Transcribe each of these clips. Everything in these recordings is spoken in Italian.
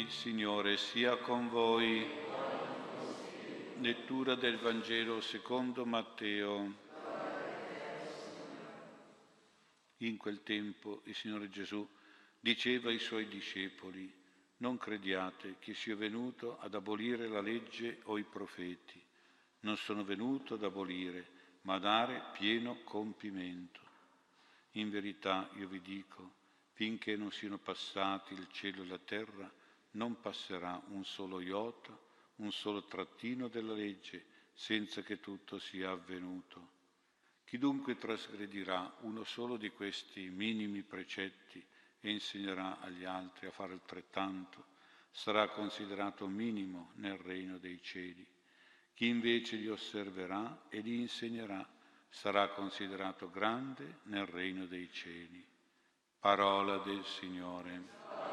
Il Signore sia con voi. Lettura del Vangelo secondo Matteo. In quel tempo il Signore Gesù diceva ai Suoi discepoli: non crediate che sia venuto ad abolire la legge o i profeti. Non sono venuto ad abolire, ma a dare pieno compimento. In verità io vi dico, finché non siano passati il cielo e la terra, non passerà un solo iota, un solo trattino della legge, senza che tutto sia avvenuto. Chi dunque trasgredirà uno solo di questi minimi precetti e insegnerà agli altri a fare altrettanto, sarà considerato minimo nel regno dei cieli. Chi invece li osserverà e li insegnerà sarà considerato grande nel regno dei cieli. Parola del Signore.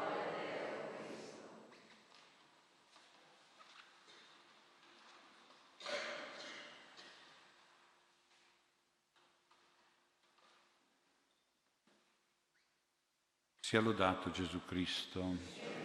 Sia lodato Gesù Cristo.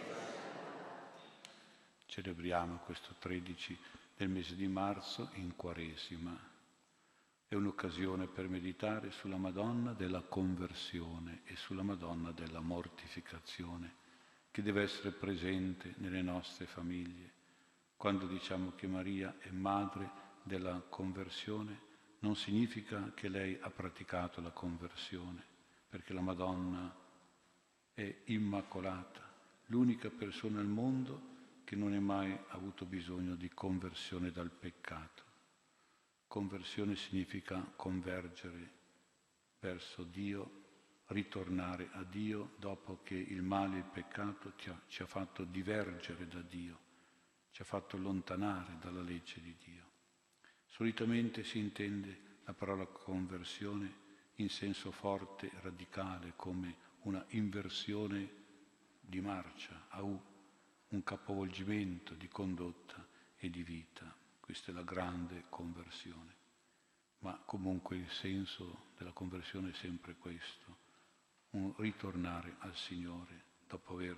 Celebriamo questo 13 del mese di marzo in Quaresima. È un'occasione per meditare sulla Madonna della conversione e sulla Madonna della mortificazione, che deve essere presente nelle nostre famiglie. Quando diciamo che Maria è madre della conversione, non significa che lei ha praticato la conversione, perché la Madonna è immacolata, l'unica persona al mondo che non ha mai avuto bisogno di conversione dal peccato. Conversione significa convergere verso Dio, ritornare a Dio dopo che il male, il peccato ci ha fatto divergere da Dio, ci ha fatto allontanare dalla legge di Dio. Solitamente si intende la parola conversione in senso forte e radicale, come una inversione di marcia, a U, un capovolgimento di condotta e di vita. Questa è la grande conversione. Ma comunque il senso della conversione è sempre questo, un ritornare al Signore dopo aver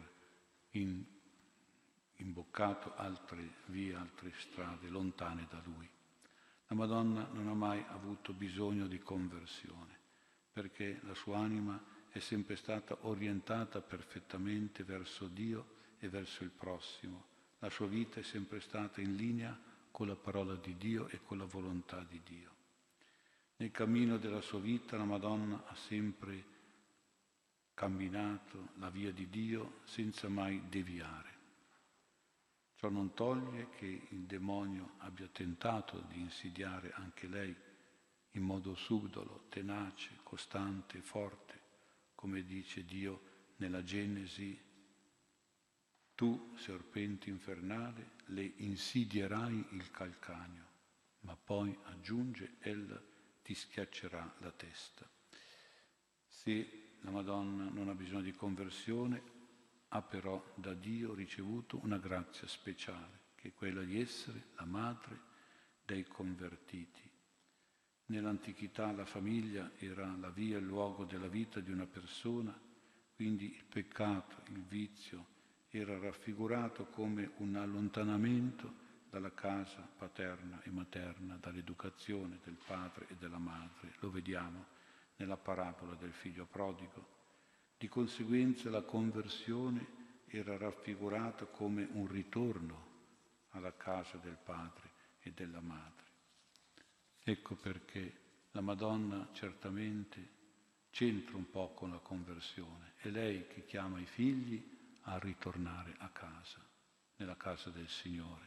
imboccato altre vie, altre strade lontane da Lui. La Madonna non ha mai avuto bisogno di conversione, perché la sua anima è sempre stata orientata perfettamente verso Dio e verso il prossimo. La sua vita è sempre stata in linea con la parola di Dio e con la volontà di Dio. Nel cammino della sua vita la Madonna ha sempre camminato la via di Dio senza mai deviare. Ciò non toglie che il demonio abbia tentato di insidiare anche lei in modo subdolo, tenace, costante, forte, come dice Dio nella Genesi: tu, serpente infernale, le insidierai il calcagno, ma poi, aggiunge, ella ti schiaccerà la testa. Se la Madonna non ha bisogno di conversione, ha però da Dio ricevuto una grazia speciale, che è quella di essere la madre dei convertiti. Nell'antichità la famiglia era la via e il luogo della vita di una persona, quindi il peccato, il vizio, era raffigurato come un allontanamento dalla casa paterna e materna, dall'educazione del padre e della madre. Lo vediamo nella parabola del figlio prodigo. Di conseguenza la conversione era raffigurata come un ritorno alla casa del padre e della madre. Ecco perché la Madonna certamente c'entra un po' con la conversione. È lei che chiama i figli a ritornare a casa, nella casa del Signore.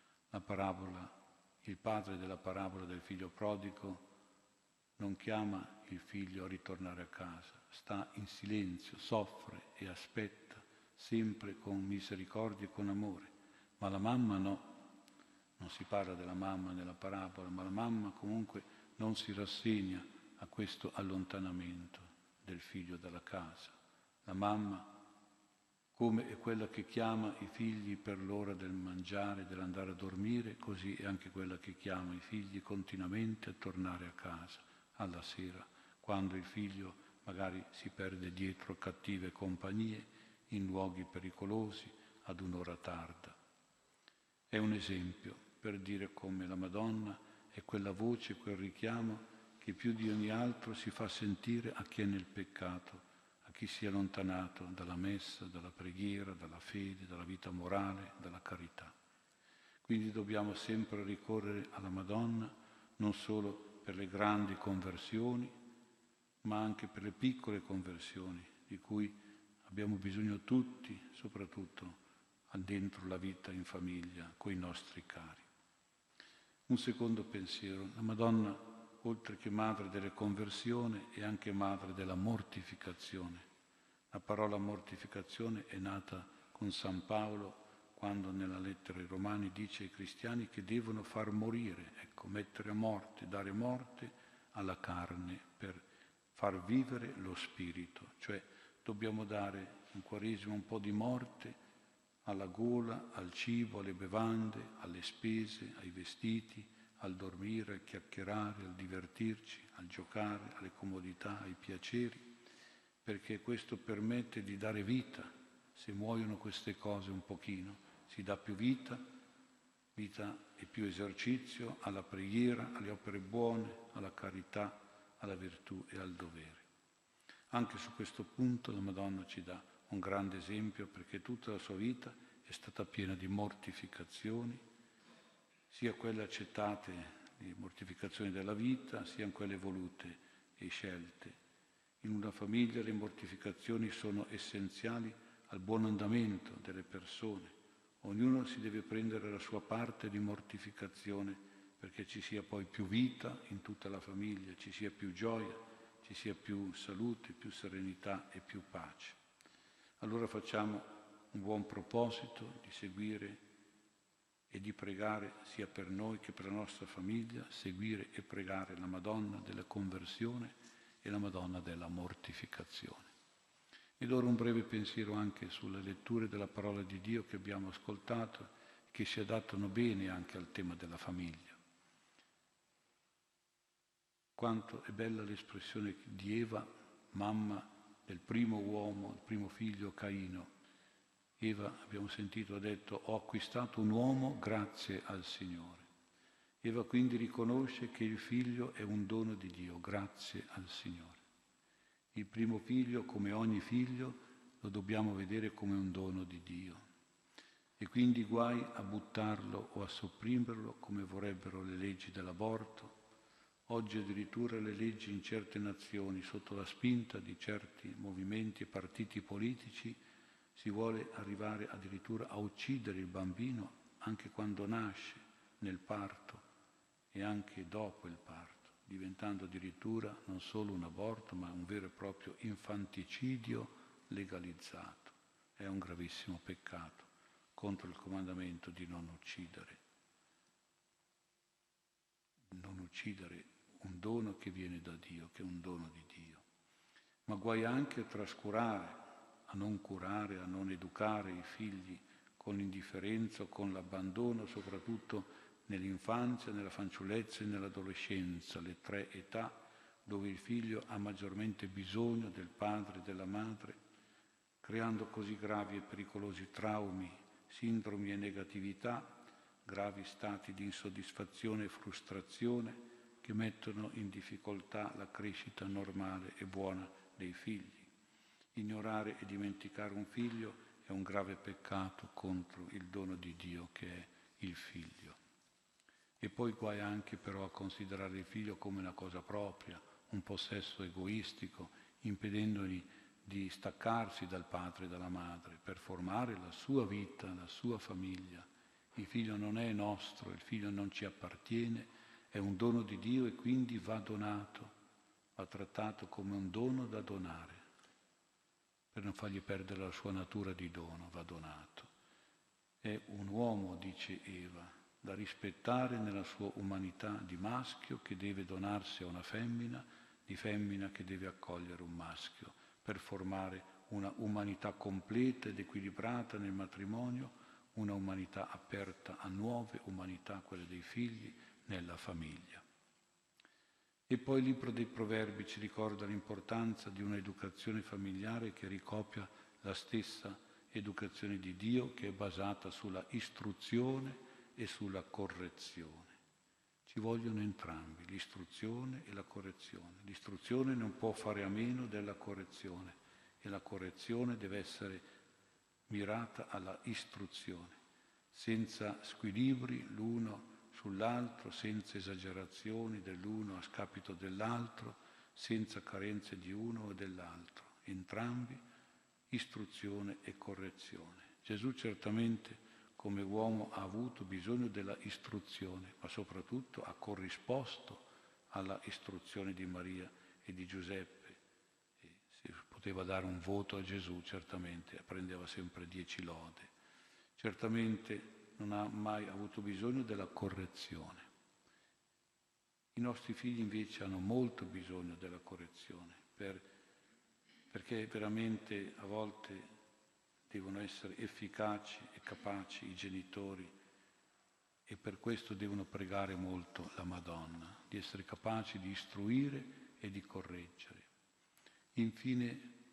Il padre della parabola del figlio prodigo non chiama il figlio a ritornare a casa, sta in silenzio, soffre e aspetta, sempre con misericordia e con amore. Ma la mamma no. Non si parla della mamma nella parabola, ma la mamma comunque non si rassegna a questo allontanamento del figlio dalla casa. La mamma, come è quella che chiama i figli per l'ora del mangiare, dell'andare a dormire, così è anche quella che chiama i figli continuamente a tornare a casa alla sera, quando il figlio magari si perde dietro cattive compagnie, in luoghi pericolosi, ad un'ora tarda. È un esempio per dire come la Madonna è quella voce, quel richiamo che più di ogni altro si fa sentire a chi è nel peccato, a chi si è allontanato dalla messa, dalla preghiera, dalla fede, dalla vita morale, dalla carità. Quindi dobbiamo sempre ricorrere alla Madonna, non solo per le grandi conversioni, ma anche per le piccole conversioni, di cui abbiamo bisogno tutti, soprattutto dentro la vita in famiglia, con i nostri cari. Un secondo pensiero, la Madonna, oltre che madre delle conversioni, è anche madre della mortificazione. La parola mortificazione è nata con San Paolo quando nella lettera ai Romani dice ai cristiani che devono far morire, mettere a morte, dare morte alla carne per far vivere lo spirito. Cioè dobbiamo dare in Quaresima un po' di morte alla gola, al cibo, alle bevande, alle spese, ai vestiti, al dormire, al chiacchierare, al divertirci, al giocare, alle comodità, ai piaceri, perché questo permette di dare vita. Se muoiono queste cose un pochino, si dà più vita e più esercizio alla preghiera, alle opere buone, alla carità, alla virtù e al dovere. Anche su questo punto la Madonna ci dà un grande esempio, perché tutta la sua vita è stata piena di mortificazioni, sia quelle accettate, di mortificazioni della vita, sia quelle volute e scelte. In una famiglia le mortificazioni sono essenziali al buon andamento delle persone. Ognuno si deve prendere la sua parte di mortificazione perché ci sia poi più vita in tutta la famiglia, ci sia più gioia, ci sia più salute, più serenità e più pace. Allora facciamo un buon proposito di seguire e di pregare sia per noi che per la nostra famiglia, seguire e pregare la Madonna della conversione e la Madonna della mortificazione. Ed ora un breve pensiero anche sulle letture della parola di Dio che abbiamo ascoltato, che si adattano bene anche al tema della famiglia. Quanto è bella l'espressione di Eva, mamma del primo uomo, il primo figlio Caino. Eva, abbiamo sentito, ha detto: ho acquistato un uomo grazie al Signore. Eva quindi riconosce che il figlio è un dono di Dio, grazie al Signore. Il primo figlio, come ogni figlio, lo dobbiamo vedere come un dono di Dio. E quindi guai a buttarlo o a sopprimerlo come vorrebbero le leggi dell'aborto. Oggi addirittura le leggi in certe nazioni, sotto la spinta di certi movimenti e partiti politici, si vuole arrivare addirittura a uccidere il bambino anche quando nasce, nel parto e anche dopo il parto, diventando addirittura non solo un aborto, ma un vero e proprio infanticidio legalizzato. È un gravissimo peccato contro il comandamento di non uccidere. Non uccidere un dono che viene da Dio, che è un dono di Dio. Ma guai anche a trascurare, a non curare, a non educare i figli con l'indifferenza o con l'abbandono, soprattutto nell'infanzia, nella fanciullezza e nell'adolescenza, le tre età dove il figlio ha maggiormente bisogno del padre e della madre, creando così gravi e pericolosi traumi, sindromi e negatività, gravi stati di insoddisfazione e frustrazione che mettono in difficoltà la crescita normale e buona dei figli. Ignorare e dimenticare un figlio è un grave peccato contro il dono di Dio che è il figlio. E poi guai anche però a considerare il figlio come una cosa propria, un possesso egoistico, impedendogli di staccarsi dal padre e dalla madre per formare la sua vita, la sua famiglia. Il figlio non è nostro, il figlio non ci appartiene, è un dono di Dio e quindi va donato, va trattato come un dono da donare. Per non fargli perdere la sua natura di dono, va donato. È un uomo, dice Eva, da rispettare nella sua umanità di maschio che deve donarsi a una femmina, di femmina che deve accogliere un maschio, per formare una umanità completa ed equilibrata nel matrimonio, una umanità aperta a nuove umanità, quelle dei figli, nella famiglia. E poi il libro dei Proverbi ci ricorda l'importanza di un'educazione familiare che ricopia la stessa educazione di Dio che è basata sulla istruzione e sulla correzione. Ci vogliono entrambi, l'istruzione e la correzione. L'istruzione non può fare a meno della correzione e la correzione deve essere mirata alla istruzione, senza squilibri l'uno sull'altro, senza esagerazioni dell'uno a scapito dell'altro, senza carenze di uno o dell'altro. Entrambi istruzione e correzione. Gesù certamente come uomo ha avuto bisogno della istruzione, ma soprattutto ha corrisposto alla istruzione di Maria e di Giuseppe. E se poteva dare un voto a Gesù, certamente prendeva sempre 10 lode. Certamente non ha mai avuto bisogno della correzione. I nostri figli invece hanno molto bisogno della correzione, perché veramente a volte devono essere efficaci e capaci i genitori e per questo devono pregare molto la Madonna, di essere capaci di istruire e di correggere. Infine,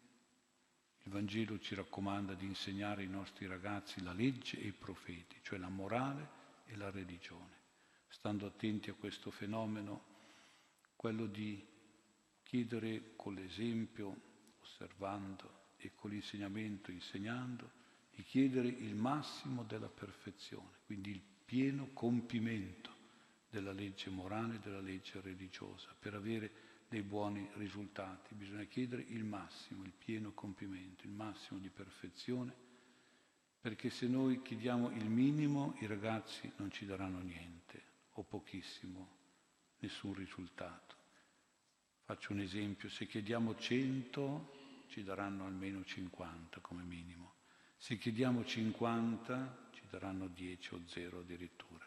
il Vangelo ci raccomanda di insegnare ai nostri ragazzi la legge e i profeti, cioè la morale e la religione, stando attenti a questo fenomeno, quello di chiedere con l'esempio, osservando e con l'insegnamento, insegnando, di chiedere il massimo della perfezione, quindi il pieno compimento della legge morale e della legge religiosa. Per avere dei buoni risultati bisogna chiedere il massimo, il pieno compimento, il massimo di perfezione, perché se noi chiediamo il minimo i ragazzi non ci daranno niente o pochissimo, nessun risultato. Faccio un esempio, se chiediamo 100 ci daranno almeno 50 come minimo, se chiediamo 50 ci daranno 10 o 0 addirittura.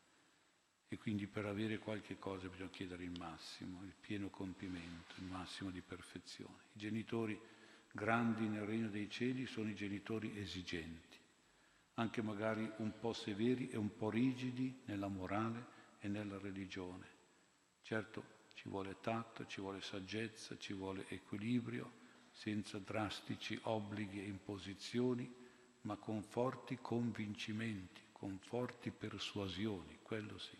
E quindi per avere qualche cosa bisogna chiedere il massimo, il pieno compimento, il massimo di perfezione. I genitori grandi nel regno dei cieli sono i genitori esigenti, anche magari un po' severi e un po' rigidi nella morale e nella religione. Certo, ci vuole tatto, ci vuole saggezza, ci vuole equilibrio, senza drastici obblighi e imposizioni, ma con forti convincimenti, con forti persuasioni, quello sì.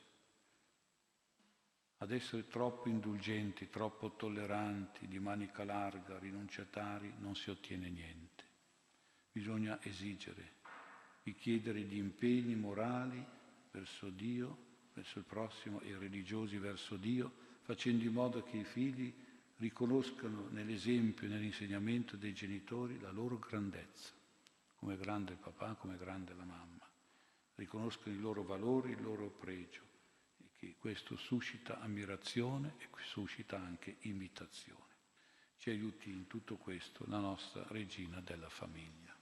Ad essere troppo indulgenti, troppo tolleranti, di manica larga, rinunciatari, non si ottiene niente. Bisogna esigere, richiedere gli impegni morali verso Dio, verso il prossimo e religiosi verso Dio, facendo in modo che i figli riconoscano nell'esempio e nell'insegnamento dei genitori la loro grandezza, come grande il papà, come grande la mamma, riconoscano i loro valori, il loro pregio, e che questo suscita ammirazione e suscita anche imitazione. Ci aiuti in tutto questo la nostra Regina della Famiglia.